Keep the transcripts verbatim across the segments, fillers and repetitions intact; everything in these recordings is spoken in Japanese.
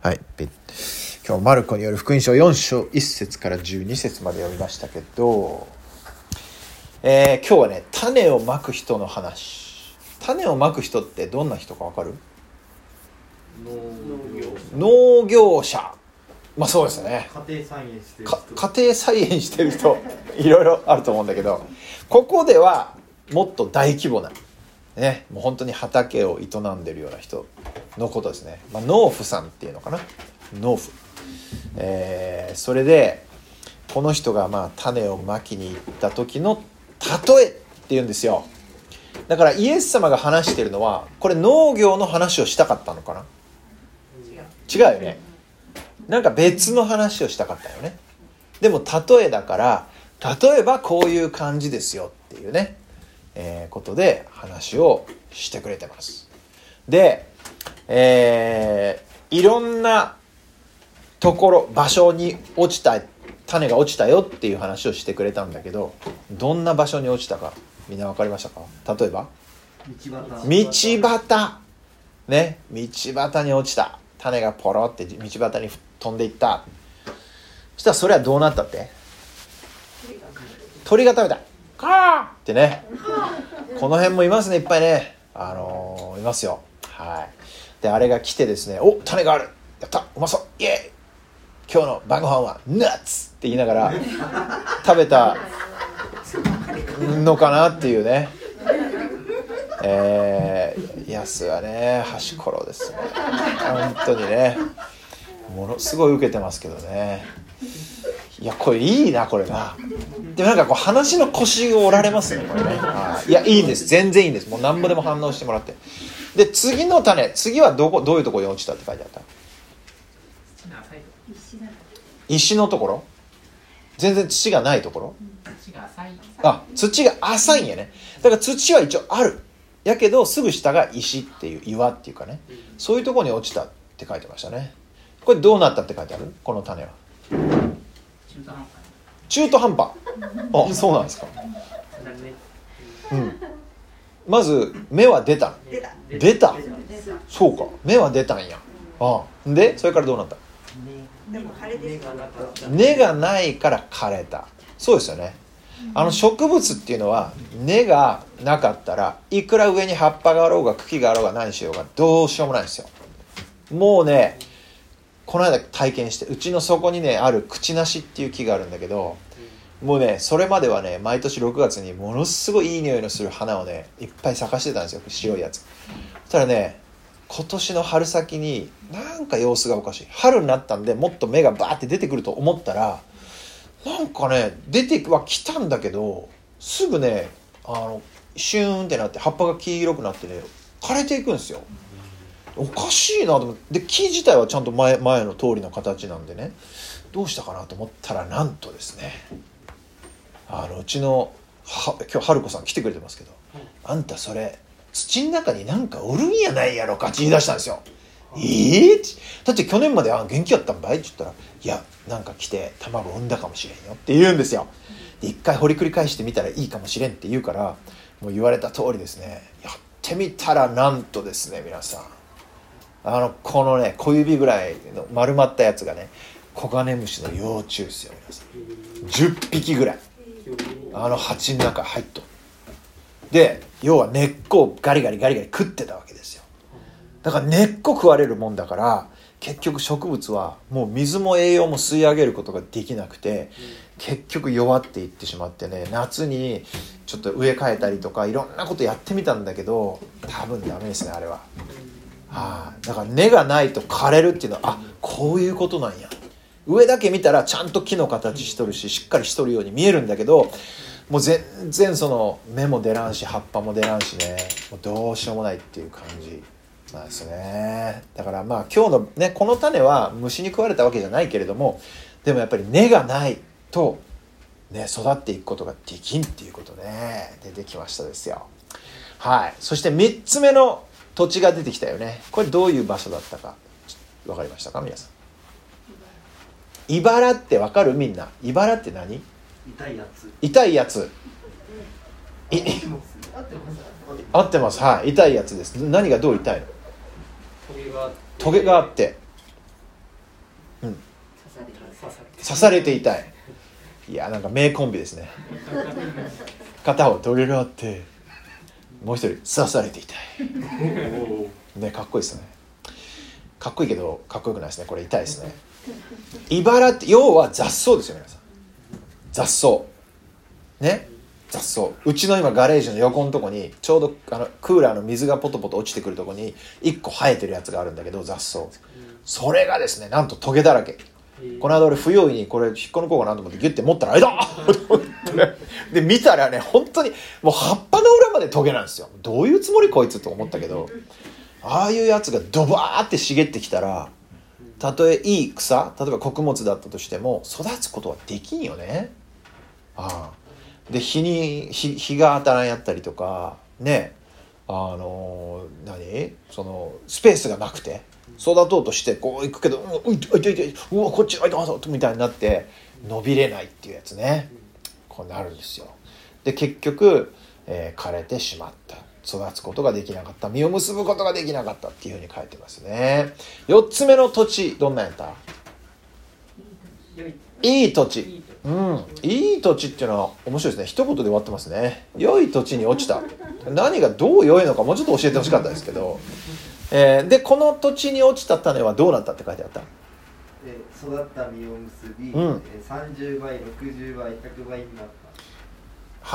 はい、今日マルコによる福音書よん章いっ節からじゅうに節まで読みましたけど、えー、今日はね、種をまく人の話。種をまく人ってどんな人かわかる？ 農業農業者。まあそうですね。 家庭菜園してる人。 家庭菜園してる人いろいろあると思うんだけど、ここではもっと大規模なね、もう本当に畑を営んでるような人のことですね。まあ、農夫さんっていうのかな、農夫、えー、それでこの人がまあ種をまきに行った時の例えっていうんですよ。だからイエス様が話してるのはこれ農業の話をしたかったのかな？違うよね。なんか別の話をしたかったよね。でも例えだから例えばこういう感じですよっていうね、えー、ことで話をしてくれてます。で、えー、いろんなところ場所に落ちた種が落ちたよっていう話をしてくれたんだけど、どんな場所に落ちたかみんな分かりましたか？例えば道端道端ね、道端に落ちた種がポロって道端に飛んでいった。そしたらそれはどうなったって？鳥が食べた。カーってね。この辺もいますね、いっぱいね。あのー、いますよ。はい。で、あれが来てですね、お、種がある。やった、うまそう。イエーイ。今日の晩ご飯はナッツって言いながら食べたのかなっていうね。えー、ヤスはね、端ころですね。本当にね、ものすごい受けてますけどね。いや、これいいな、これな。でもなんかこう話の腰を折られますね、これね。いや、いいんです。全然いいんです。もう何ぼでも反応してもらって。で、次の種、次はどこ、どういうところに落ちたって書いてあった？石のところ？全然土がないところ？ 土が浅い。 あ、土が浅いんやね。だから土は一応ある。やけどすぐ下が石っていう岩っていうかね、そういうところに落ちたって書いてましたね。これどうなったって書いてある？この種は中途半端。 中途半端。あ、そうなんですか。うん。まず芽は出た。 出た。 出た。そうか。芽は出たんや。ああ。で、それからどうなった？ でも枯れてしまった。 根がないから枯れた。そうですよね。あの植物っていうのは根がなかったらいくら上に葉っぱがあろうが茎があろうが何しようがどうしようもないんですよ。もうね、この間体験して、うちのそこにねあるクチナシっていう木があるんだけど、もうねそれまではね毎年ろくがつにものすごいいい匂いのする花をねいっぱい咲かしてたんですよ、白いやつ。そしたらね今年の春先になんか様子がおかしい。春になったんでもっと芽がバーって出てくると思ったら、なんかね出ては来たんだけどすぐねあのシューンってなって葉っぱが黄色くなってね枯れていくんですよ。おかしいなと思って、で木自体はちゃんと 前, 前の通りの形なんでね、どうしたかなと思ったらなんとですね、あのうちのは今日春子さん来てくれてますけど、あんたそれ土の中になんかおるんやないやろかって言い出したんですよ。えー、だって去年まであ元気やったんばいって言ったら、いやなんか来て卵産んだかもしれんよって言うんですよ。で一回掘り繰り返してみたらいいかもしれんって言うから、もう言われた通りですねやってみたらなんとですね、皆さんあのこのね小指ぐらいの丸まったやつがねコガネムシの幼虫ですよ。皆さんじゅっぴきぐらいあの鉢の中入っとで、要は根っこをガリガリガリガリ食ってたわけですよ。だから根っこ食われるもんだから、結局植物はもう水も栄養も吸い上げることができなくて、結局弱っていってしまってね、夏にちょっと植え替えたりとかいろんなことやってみたんだけど多分ダメですね、あれは。はあ、だから根がないと枯れるっていうのは、あ、こういうことなんや。上だけ見たらちゃんと木の形しとるししっかりしとるように見えるんだけど、もう全然その芽も出らんし葉っぱも出らんしね、もうどうしようもないっていう感じなんですね。だからまあ今日のねこの種は虫に食われたわけじゃないけれども、でもやっぱり根がないとね育っていくことができんっていうことね出てきましたですよ。はい。そしてみっつめの土地が出てきたよね。これどういう場所だったか分かりましたか皆さん？茨って分かる？みんな茨って何？ 痛いやつ。 痛いやつ。い合ってます。はい、痛いやつです。何がどう痛いの？ トゲがあって。 トゲがあって。 刺されていたい。いや、なんか名コンビですね。片方トゲがあってもう一人刺されていたいね、かっこいいですね。かっこいいけどかっこよくないですね。これ痛いですね。茨って要は雑草ですよ皆さん。雑草ね、雑草。うちの今ガレージの横のとこにちょうどあのクーラーの水がポトポト落ちてくるとこにいっこ生えてるやつがあるんだけど、雑草。それがですね、なんとトゲだらけ。この間俺不用意にこれ引っこ抜こうかなと思ってギュッて持ったらあれだで見たらね、本当にもう葉っぱの裏までトゲなんですよ。どういうつもりこいつと思ったけど、ああいうやつがドバーって茂ってきたら、たとえいい草、例えば穀物だったとしても育つことはできんよね。ああで日に 日, 日が当たらんやったりとかね、あの何そのスペースがなくて育とうとしてこう行くけど、うん、痛い痛い痛い、うわこっちあいたみたいになって伸びれないっていうやつね。こうなるんですよ。で結局、えー、枯れてしまった、育つことができなかった、実を結ぶことができなかったっていうふうに書いてますね。よっつ目の土地、どんなんやった？いい土地。うん、いい土地っていうのは面白いですね。一言で終わってますね。良い土地に落ちた。何がどう良いのかもうちょっと教えてほしかったですけど、えー、でこの土地に落ちた種はどうなったって書いてあった？ え育った実を結び、 うん、 えさんじゅうばいろくじゅうばいひゃくばいになった。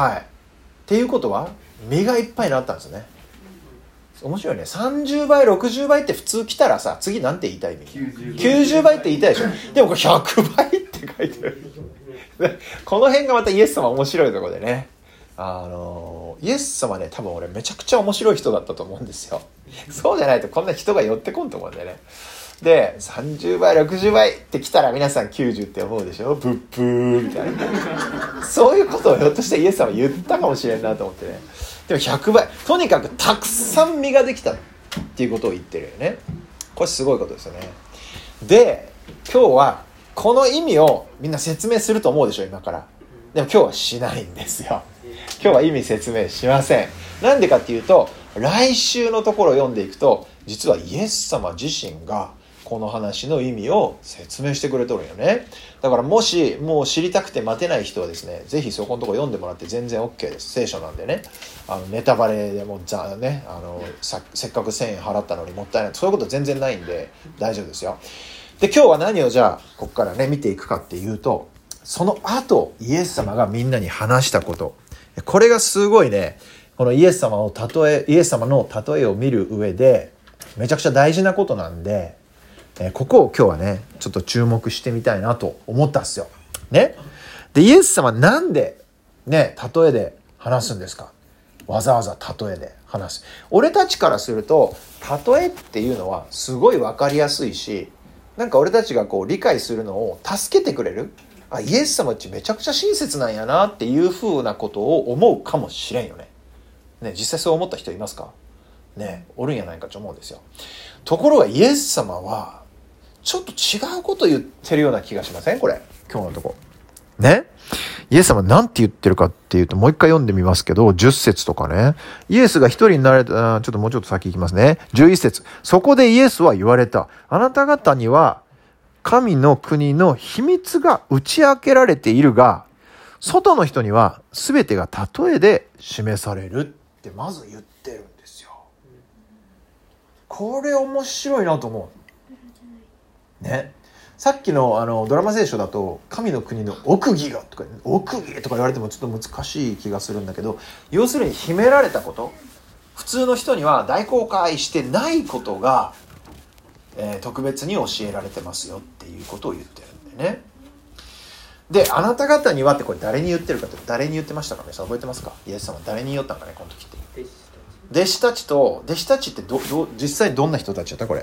はい。っていうことは実がいっぱいになったんですね。面白いね。さんじゅうばいろくじゅうばいって普通来たらさ、次なんて言いたい意味？きゅうじゅうばいって言いたいでしょ。でもこれひゃくばいって書いてある。この辺がまたイエス様面白いところでね、あのイエス様ね、多分俺めちゃくちゃ面白い人だったと思うんですよ。そうじゃないとこんな人が寄ってこんと思うんだよね。でさんじゅうばいろくじゅうばいって来たら皆さんきゅうじゅうって思うでしょ。ブッブーみたいなそういうことをひょっとしてイエス様は言ったかもしれんなと思ってね。でもひゃくばい、とにかくたくさん実ができたっていうことを言ってるよね。これすごいことですよね。で今日はこの意味をみんな説明すると思うでしょ今から。でも今日はしないんですよ。今日は意味説明しません。なんでかっていうと、来週のところを読んでいくと、実はイエス様自身がこの話の意味を説明してくれとるよね。だからもしもう知りたくて待てない人はですね、ぜひそこのところ読んでもらって全然 OK です。聖書なんでね、あのネタバレでもざ、ね、あのさせっかくせんえん払ったのにもったいない、そういうこと全然ないんで大丈夫ですよ。で今日は何をじゃあここからね見ていくかっていうと、その後イエス様がみんなに話したこと、これがすごいね、このイエス様を例えイエス様の例えを見る上でめちゃくちゃ大事なことなんで、えここを今日はねちょっと注目してみたいなと思ったんですよ。ね。でイエス様なんでね例えで話すんですか。わざわざ例えで話す。俺たちからすると例えっていうのはすごい分かりやすいし、なんか俺たちがこう理解するのを助けてくれる。あ、イエス様ってめちゃくちゃ親切なんやなっていう風なことを思うかもしれんよね。ね、実際そう思った人いますか？ね、おるんやないかと思うんですよ。ところがイエス様はちょっと違うこと言ってるような気がしません？これ今日のとこね。イエス様なんて言ってるかっていうと、もう一回読んでみますけど、じゅっ節とかね。イエスが一人になれた、ちょっともうちょっと先行きますね。じゅういち節。そこでイエスは言われた。あなた方には神の国の秘密が打ち明けられているが、外の人には全てが例えで示されるってまず言ってるんですよ。これ面白いなと思う。ね。さっき の, あのドラマ聖書だと神の国の奥義がとか奥義とか言われてもちょっと難しい気がするんだけど、要するに秘められたこと、普通の人には大公開してないことが、えー、特別に教えられてますよっていうことを言ってるんだよね。であなた方にはってこれ誰に言ってるかって誰に言ってましたかね。覚えてますか？イエス様誰に言ったんかねこの時って。弟子たちと弟子たちってどど実際どんな人たちだったこれ。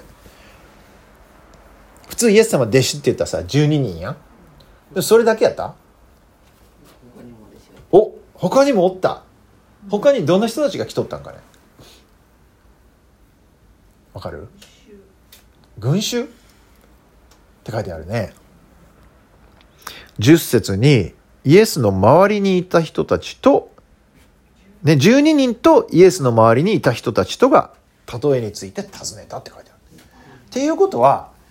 普通イエス様弟子って言ったらさじゅうににんやん。それだけやった？お、他にもおった。他にどんな人たちが来とったんかね。わかる？群衆って書いてあるね。じゅっ節にイエスの周りにいた人たちと、ね、じゅうににんとイエスの周りにいた人たちとが例えについて尋ねたって書いてある。っていうことは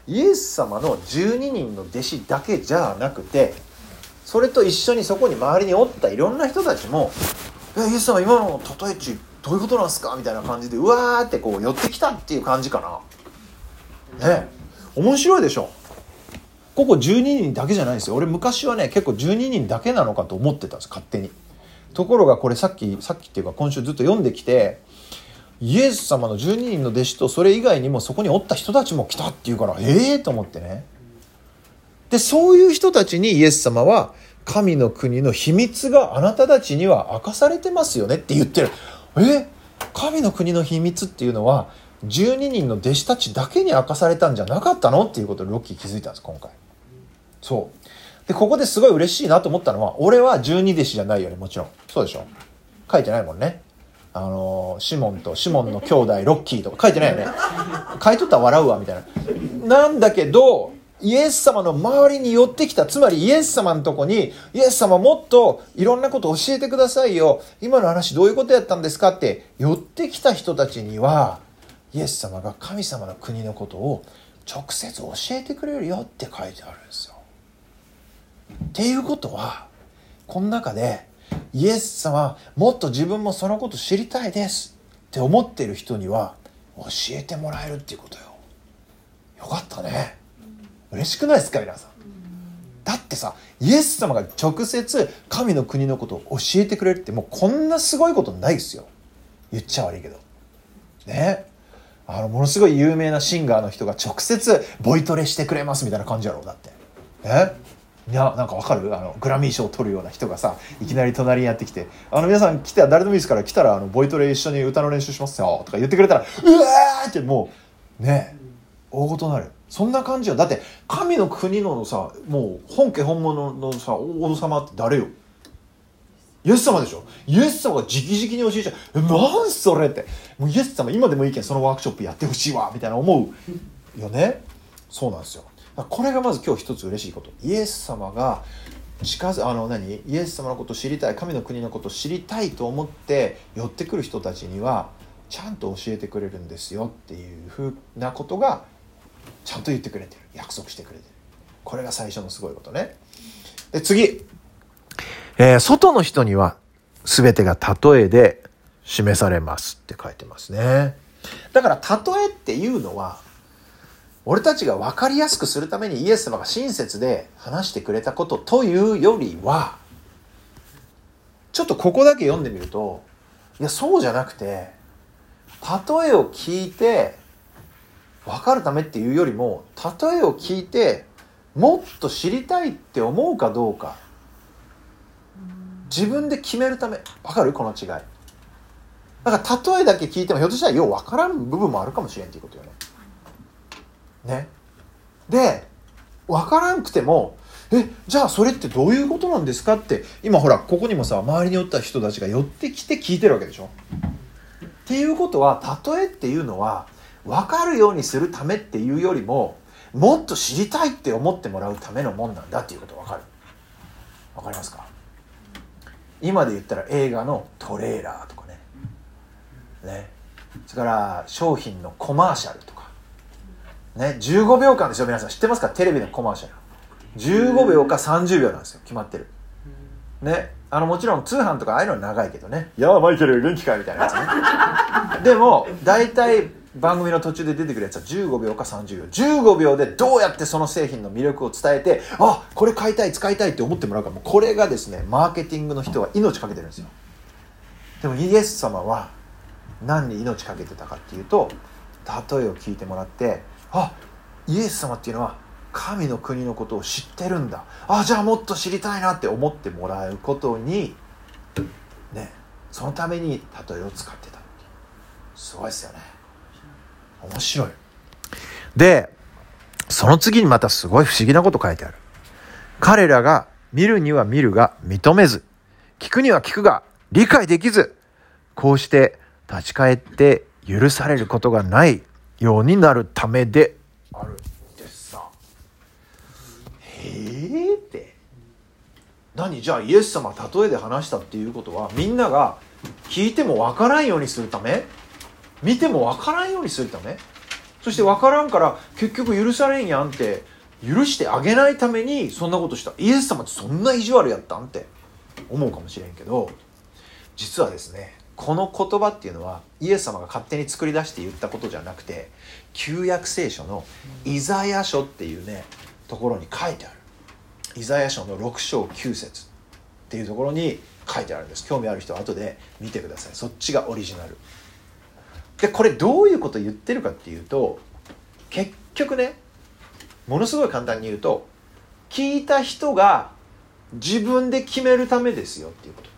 イエス様のじゅうににんの弟子だけじゃなくて、それと一緒にそこに周りにおったいろんな人たちも、えイエス様今の例えちどういうことなんですかみたいな感じでうわーってこう寄ってきたっていう感じかな。ね、面白いでしょ。ここじゅうににんだけじゃないんですよ。俺昔はね結構じゅうににんだけなのかと思ってたんです、勝手に。ところがこれさっきさっきっていうか今週ずっと読んできて、イエス様のじゅうににんの弟子とそれ以外にもそこにおった人たちも来たっていうから、ええー、と思ってね。でそういう人たちにイエス様は神の国の秘密があなたたちには明かされてますよねって言ってる。え神の国の秘密っていうのはじゅうににんの弟子たちだけに明かされたんじゃなかったのっていうことでロッキー気づいたんです今回。そうでここですごい嬉しいなと思ったのは、俺はじゅうに弟子じゃないよね、もちろんそうでしょ。書いてないもんね。あのシモンとシモンの兄弟ロッキーとか書いてないよね。書いとったら笑うわみたいな。なんだけどイエス様の周りに寄ってきた、つまりイエス様のとこに、イエス様もっといろんなこと教えてくださいよ、今の話どういうことやったんですかって寄ってきた人たちには、イエス様が神様の国のことを直接教えてくれるよって書いてあるんですよ。っていうことはこの中でイエス様もっと自分もそのこと知りたいですって思っている人には教えてもらえるっていうことよ。よかったね。嬉しくないですか皆さん。だってさ、イエス様が直接神の国のことを教えてくれるって、もうこんなすごいことないですよ。言っちゃ悪いけどね。あのものすごい有名なシンガーの人が直接ボイトレしてくれますみたいな感じやろ。だってね、いやなんかわかる、あのグラミー賞を取るような人がさ、いきなり隣にやってきて、あの皆さん来て誰でもいいですから来たらあのボイトレ一緒に歌の練習しますよとか言ってくれたら、うわーってもうね大事になる。そんな感じよ。だって神の国のさ、もう本家本物のさ王様って誰よ。イエス様でしょ。イエス様が直々に教えちゃう。えなんそれって、もうイエス様今でもいいけんそのワークショップやってほしいわみたいな思うよね。そうなんですよ。これがまず今日一つ嬉しいこと。イエス様が近づあの何イエス様のことを知りたい、神の国のことを知りたいと思って寄ってくる人たちにはちゃんと教えてくれるんですよっていうふうなことがちゃんと言ってくれてる、約束してくれてる。これが最初のすごいことね。で次、えー、外の人には全てが例えで示されますって書いてますね。だから例えっていうのは俺たちが分かりやすくするためにイエス様が親切で話してくれたことというよりは、ちょっとここだけ読んでみると、いやそうじゃなくて、例えを聞いて分かるためっていうよりも、例えを聞いてもっと知りたいって思うかどうか自分で決めるため。分かるこの違い。だから例えだけ聞いてもひょっとしたらよう分からん部分もあるかもしれんっていうことよね。ね。で分からんくても、えじゃあそれってどういうことなんですかって今ほらここにもさ周りにおった人たちが寄ってきて聞いてるわけでしょ。っていうことは例えっていうのは分かるようにするためっていうよりも、もっと知りたいって思ってもらうためのもんなんだっていうこと分かる。分かりますか。今で言ったら映画のトレーラーとかね、ね、それから商品のコマーシャルとかね、じゅうごびょうかんですよ。皆さん知ってますか。テレビのコマーシャルじゅうごびょうかさんじゅうびょうなんですよ、決まってるね。あのもちろん通販とかああいうのは長いけどね、いやーマイケル元気かいみたいなやつねでも大体番組の途中で出てくるやつはじゅうごびょうかさんじゅうびょう、じゅうごびょうでどうやってその製品の魅力を伝えて、あこれ買いたい使いたいって思ってもらうか、もうこれがですねマーケティングの人は命かけてるんですよ。でもイエス様は何に命かけてたかっていうと、例えを聞いてもらって、あイエス様っていうのは神の国のことを知ってるんだ、あじゃあもっと知りたいなって思ってもらうことにね、そのために例えを使ってた。すごいですよね。面白い。でその次にまたすごい不思議なこと書いてある。彼らが見るには見るが認めず、聞くには聞くが理解できず、こうして立ち返って許されることがないようになるためであるですさ。へーって何じゃあイエス様例えで話したっていうことは、みんなが聞いてもわからんようにするため、見てもわからんようにするため、 そして分からんから結局許されんやんって、許してあげないためにそんなことした。イエス様ってそんな意地悪やったんって思うかもしれんけど、実はですね、この言葉っていうのはイエス様が勝手に作り出して言ったことじゃなくて、旧約聖書のイザヤ書っていうねところに書いてある。イザヤ書のろく章きゅう節っていうところに書いてあるんです。興味ある人は後で見てください。そっちがオリジナルで、これどういうことを言ってるかっていうと、結局ね、ものすごい簡単に言うと、聞いた人が自分で決めるためですよっていうこと。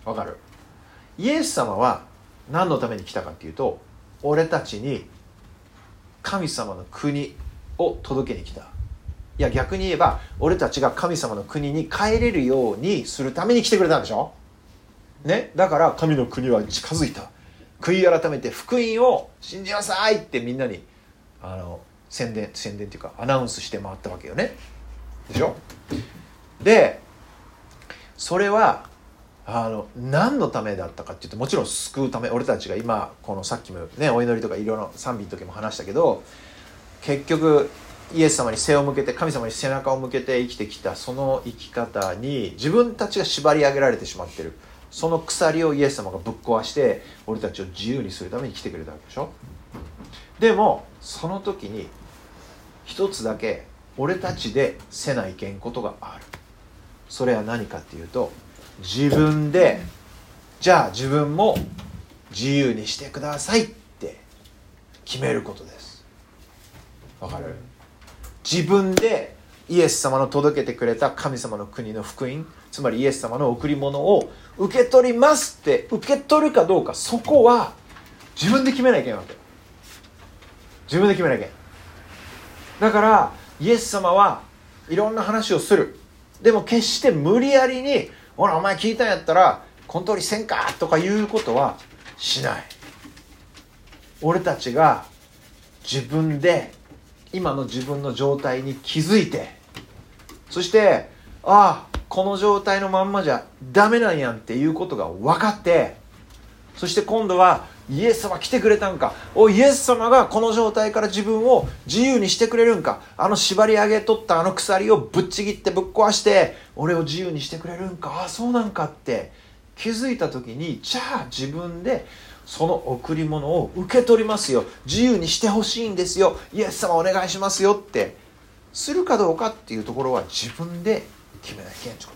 わかる？イエス様は何のために来たかっていうと、俺たちに神様の国を届けに来た。いや、逆に言えば俺たちが神様の国に帰れるようにするために来てくれたんでしょね。だから神の国は近づいた。悔い改めて福音を信じなさいってみんなにあの宣伝宣伝っていうかアナウンスして回ったわけよね。でしょ。でそれはあの何のためだったかっていうと、もちろん救うため。俺たちが今このさっきもねお祈りとかいろいろ賛美の時も話したけど、結局イエス様に背を向けて、神様に背中を向けて生きてきたその生き方に自分たちが縛り上げられてしまってる。その鎖をイエス様がぶっ壊して俺たちを自由にするために来てくれたわけでしょ。でもその時に一つだけ俺たちでせないけんことがある。それは何かっていうと、自分でじゃあ自分も自由にしてくださいって決めることです。わかる？自分でイエス様の届けてくれた神様の国の福音、つまりイエス様の贈り物を受け取りますって受け取るかどうか、そこは自分で決めなきゃいけないわけ。自分で決めなきゃいけない。だからイエス様はいろんな話をする。でも決して無理やりにほらお前聞いたんやったらこの通りせんかとかいうことはしない。俺たちが自分で今の自分の状態に気づいて、そしてああこの状態のまんまじゃダメなんやんっていうことが分かって、そして今度はイエス様来てくれたんか、おイエス様がこの状態から自分を自由にしてくれるんか、あの縛り上げとったあの鎖をぶっちぎってぶっ壊して俺を自由にしてくれるんか、あそうなんかって気づいた時に、じゃあ自分でその贈り物を受け取りますよ、自由にしてほしいんですよ、イエス様お願いしますよってするかどうかっていうところは自分で決めなきゃいけないってこと。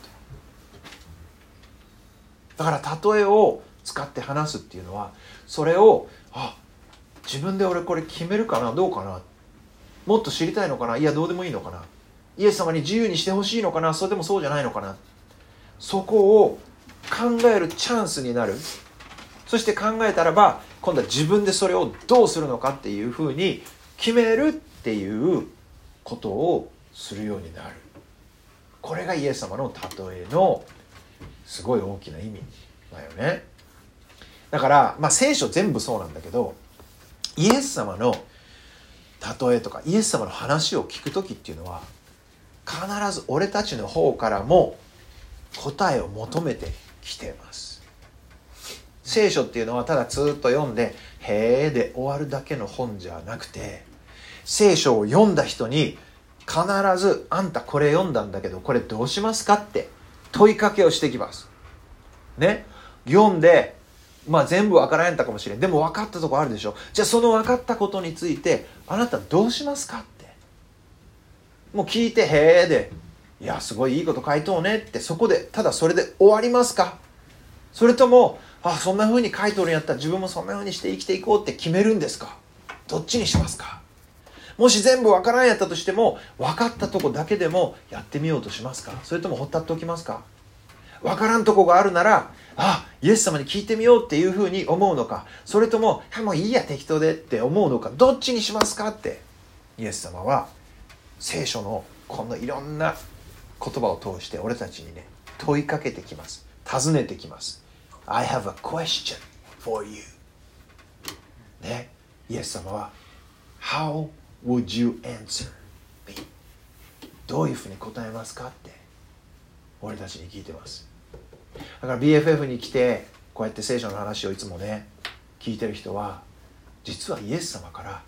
だから例えを使って話すっていうのは、それをあ自分で俺これ決めるかな、どうかな、もっと知りたいのかな、いやどうでもいいのかな、イエス様に自由にしてほしいのかな、それでもそうじゃないのかな、そこを考えるチャンスになる。そして考えたらば今度は自分でそれをどうするのかっていうふうに決めるっていうことをするようになる。これがイエス様の例えのすごい大きな意味だよね。だからまあ聖書全部そうなんだけど、イエス様の例えとかイエス様の話を聞くときっていうのは必ず俺たちの方からも答えを求めてきています。聖書っていうのはただずっと読んでへーで終わるだけの本じゃなくて、聖書を読んだ人に必ずあんたこれ読んだんだけどこれどうしますかって問いかけをしてきますね。読んでまあ全部分からんやったかもしれん、でも分かったとこあるでしょ、じゃあその分かったことについてあなたどうしますかって、もう聞いてへーでいやすごいいいこと書いとうねって、そこでただそれで終わりますか、それともあそんな風に書いとるんやったら自分もそんな風にして生きていこうって決めるんですか、どっちにしますか。もし全部分からんやったとしても分かったとこだけでもやってみようとしますか、それともほったっておきますか。分からんとこがあるならあイエス様に聞いてみようっていう風に思うのか、それとももういいや適当でって思うのか、どっちにしますかって、イエス様は聖書のこのいろんな言葉を通して俺たちにね問いかけてきます、尋ねてきます。 I have a question for you ね、イエス様は How would you answer me どういうふうに答えますかって俺たちに聞いてます。だから ビーエフエフ に来てこうやって聖書の話をいつもね聞いてる人は実はイエス様から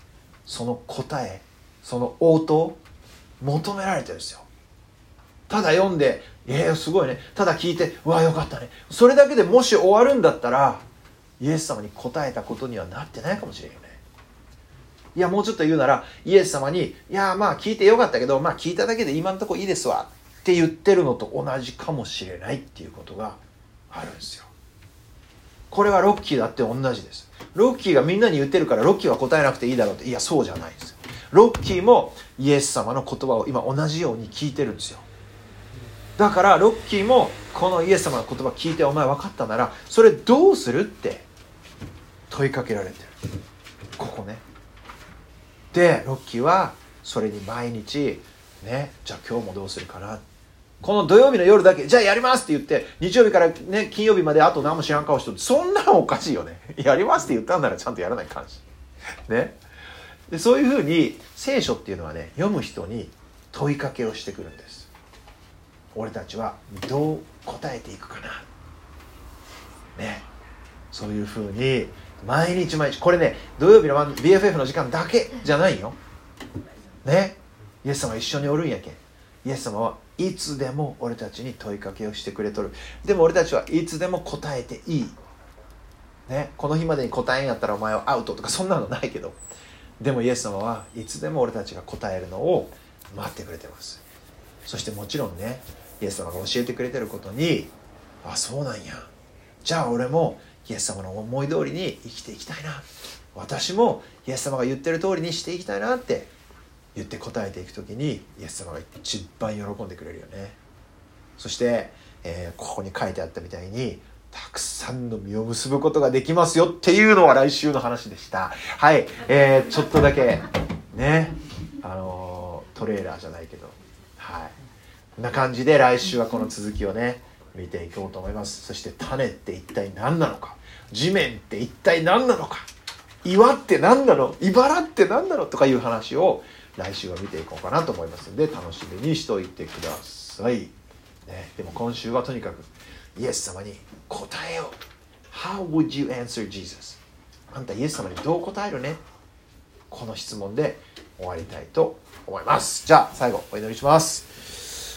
その答え、その応答求められてるんですよ。ただ読んで、えー、すごいね、ただ聞いて、うわよかったね、それだけでもし終わるんだったらイエス様に答えたことにはなってないかもしれんよね。いやもうちょっと言うなら、イエス様に、いやまあ聞いてよかったけど、まあ聞いただけで今のところいいですわって言ってるのと同じかもしれないっていうことがあるんですよ。これはロッキーだって同じです。ロッキーがみんなに言ってるからロッキーは答えなくていいだろうって、いやそうじゃないんですよ。ロッキーもイエス様の言葉を今同じように聞いてるんですよ。だからロッキーもこのイエス様の言葉聞いて、お前分かったならそれどうするって問いかけられてる。ここね。でロッキーはそれに毎日ね、じゃあ今日もどうするかな、この土曜日の夜だけじゃあやりますって言って日曜日からね金曜日まであと何も知らん顔してる、そんなのおかしいよね。やりますって言ったんならちゃんとやらない感じね。でそういうふうに聖書っていうのはね、読む人に問いかけをしてくるんです。俺たちはどう答えていくかなね。そういうふうに毎日毎日、これね土曜日の ビーエフエフ の時間だけじゃないよね。イエス様は一緒におるんやけん、イエス様はいつでも俺たちに問いかけをしてくれとる。でも俺たちはいつでも答えていいね。この日までに答えんやったらお前はアウトとかそんなのないけど、でもイエス様はいつでも俺たちが答えるのを待ってくれてます。そしてもちろんね、イエス様が教えてくれてることに、あそうなんや、じゃあ俺もイエス様の思い通りに生きていきたいな、私もイエス様が言ってる通りにしていきたいなって言って答えていくときに、イエス様が一番喜んでくれるよね。そして、えー、ここに書いてあったみたいにたくさんの実を結ぶことができますよっていうのは来週の話でした。はい、えー、ちょっとだけね、あのー、トレーラーじゃないけど、はい、こんな感じで来週はこの続きをね見ていこうと思います。そして種って一体何なのか、地面って一体何なのか、岩って何なの、茨って何なのとかいう話を来週は見ていこうかなと思いますので、楽しみにしておいてください、ね、でも今週はとにかくイエス様に答えよう。 How would you answer Jesus？ あんたイエス様にどう答えるね、この質問で終わりたいと思います。じゃあ最後お祈りします。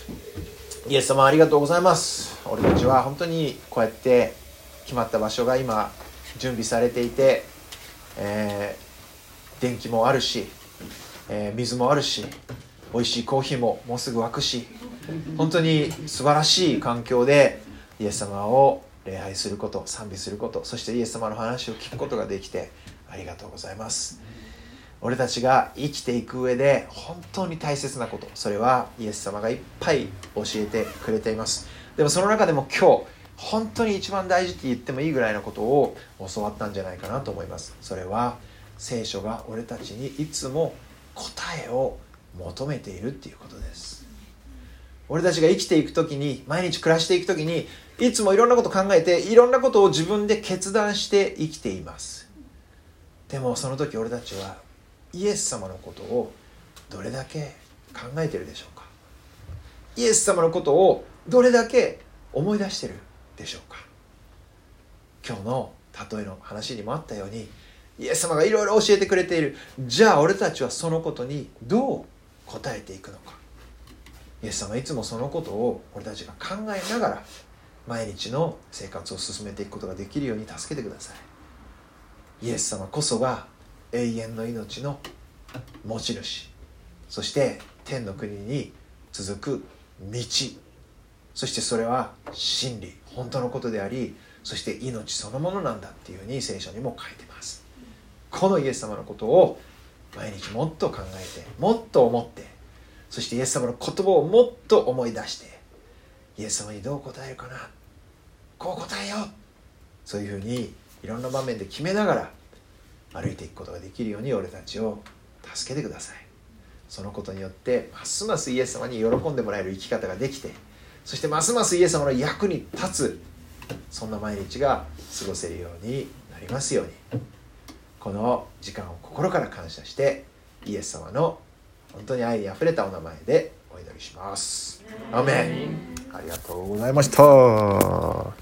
イエス様ありがとうございます。俺たちは本当にこうやって決まった場所が今準備されていて、えー、電気もあるし、えー、水もあるし、美味しいコーヒーももうすぐ沸くし、本当に素晴らしい環境でイエス様を礼拝すること、賛美すること、そしてイエス様の話を聞くことができてありがとうございます。俺たちが生きていく上で本当に大切なこと、それはイエス様がいっぱい教えてくれています。でもその中でも今日本当に一番大事って言ってもいいぐらいのことを教わったんじゃないかなと思います。それは聖書が俺たちにいつも答えを求めているっていうことです。俺たちが生きていくときに、毎日暮らしていくときに、いつもいろんなこと考えて、いろんなことを自分で決断して生きています。でもその時俺たちはイエス様のことをどれだけ考えているでしょうか。イエス様のことをどれだけ思い出しているでしょうか。今日の例えの話にもあったように、イエス様がいろいろ教えてくれている。じゃあ俺たちはそのことにどう答えていくのか。イエス様はいつもそのことを俺たちが考えながら毎日の生活を進めていくことができるように助けてください。イエス様こそが永遠の命の持ち主、そして天の国に続く道、そしてそれは真理、本当のことであり、そして命そのものなんだっていうふうに聖書にも書いてます。このイエス様のことを毎日もっと考えて、もっと思って、そしてイエス様の言葉をもっと思い出して、イエス様にどう答えるかな、こう答えよう、そういうふうにいろんな場面で決めながら歩いていくことができるように俺たちを助けてください。そのことによってますますイエス様に喜んでもらえる生き方ができて、そしてますますイエス様の役に立つ、そんな毎日が過ごせるようになりますように、この時間を心から感謝してイエス様の本当に愛にあふれたお名前でお祈りします。アーメン。ありがとうございました。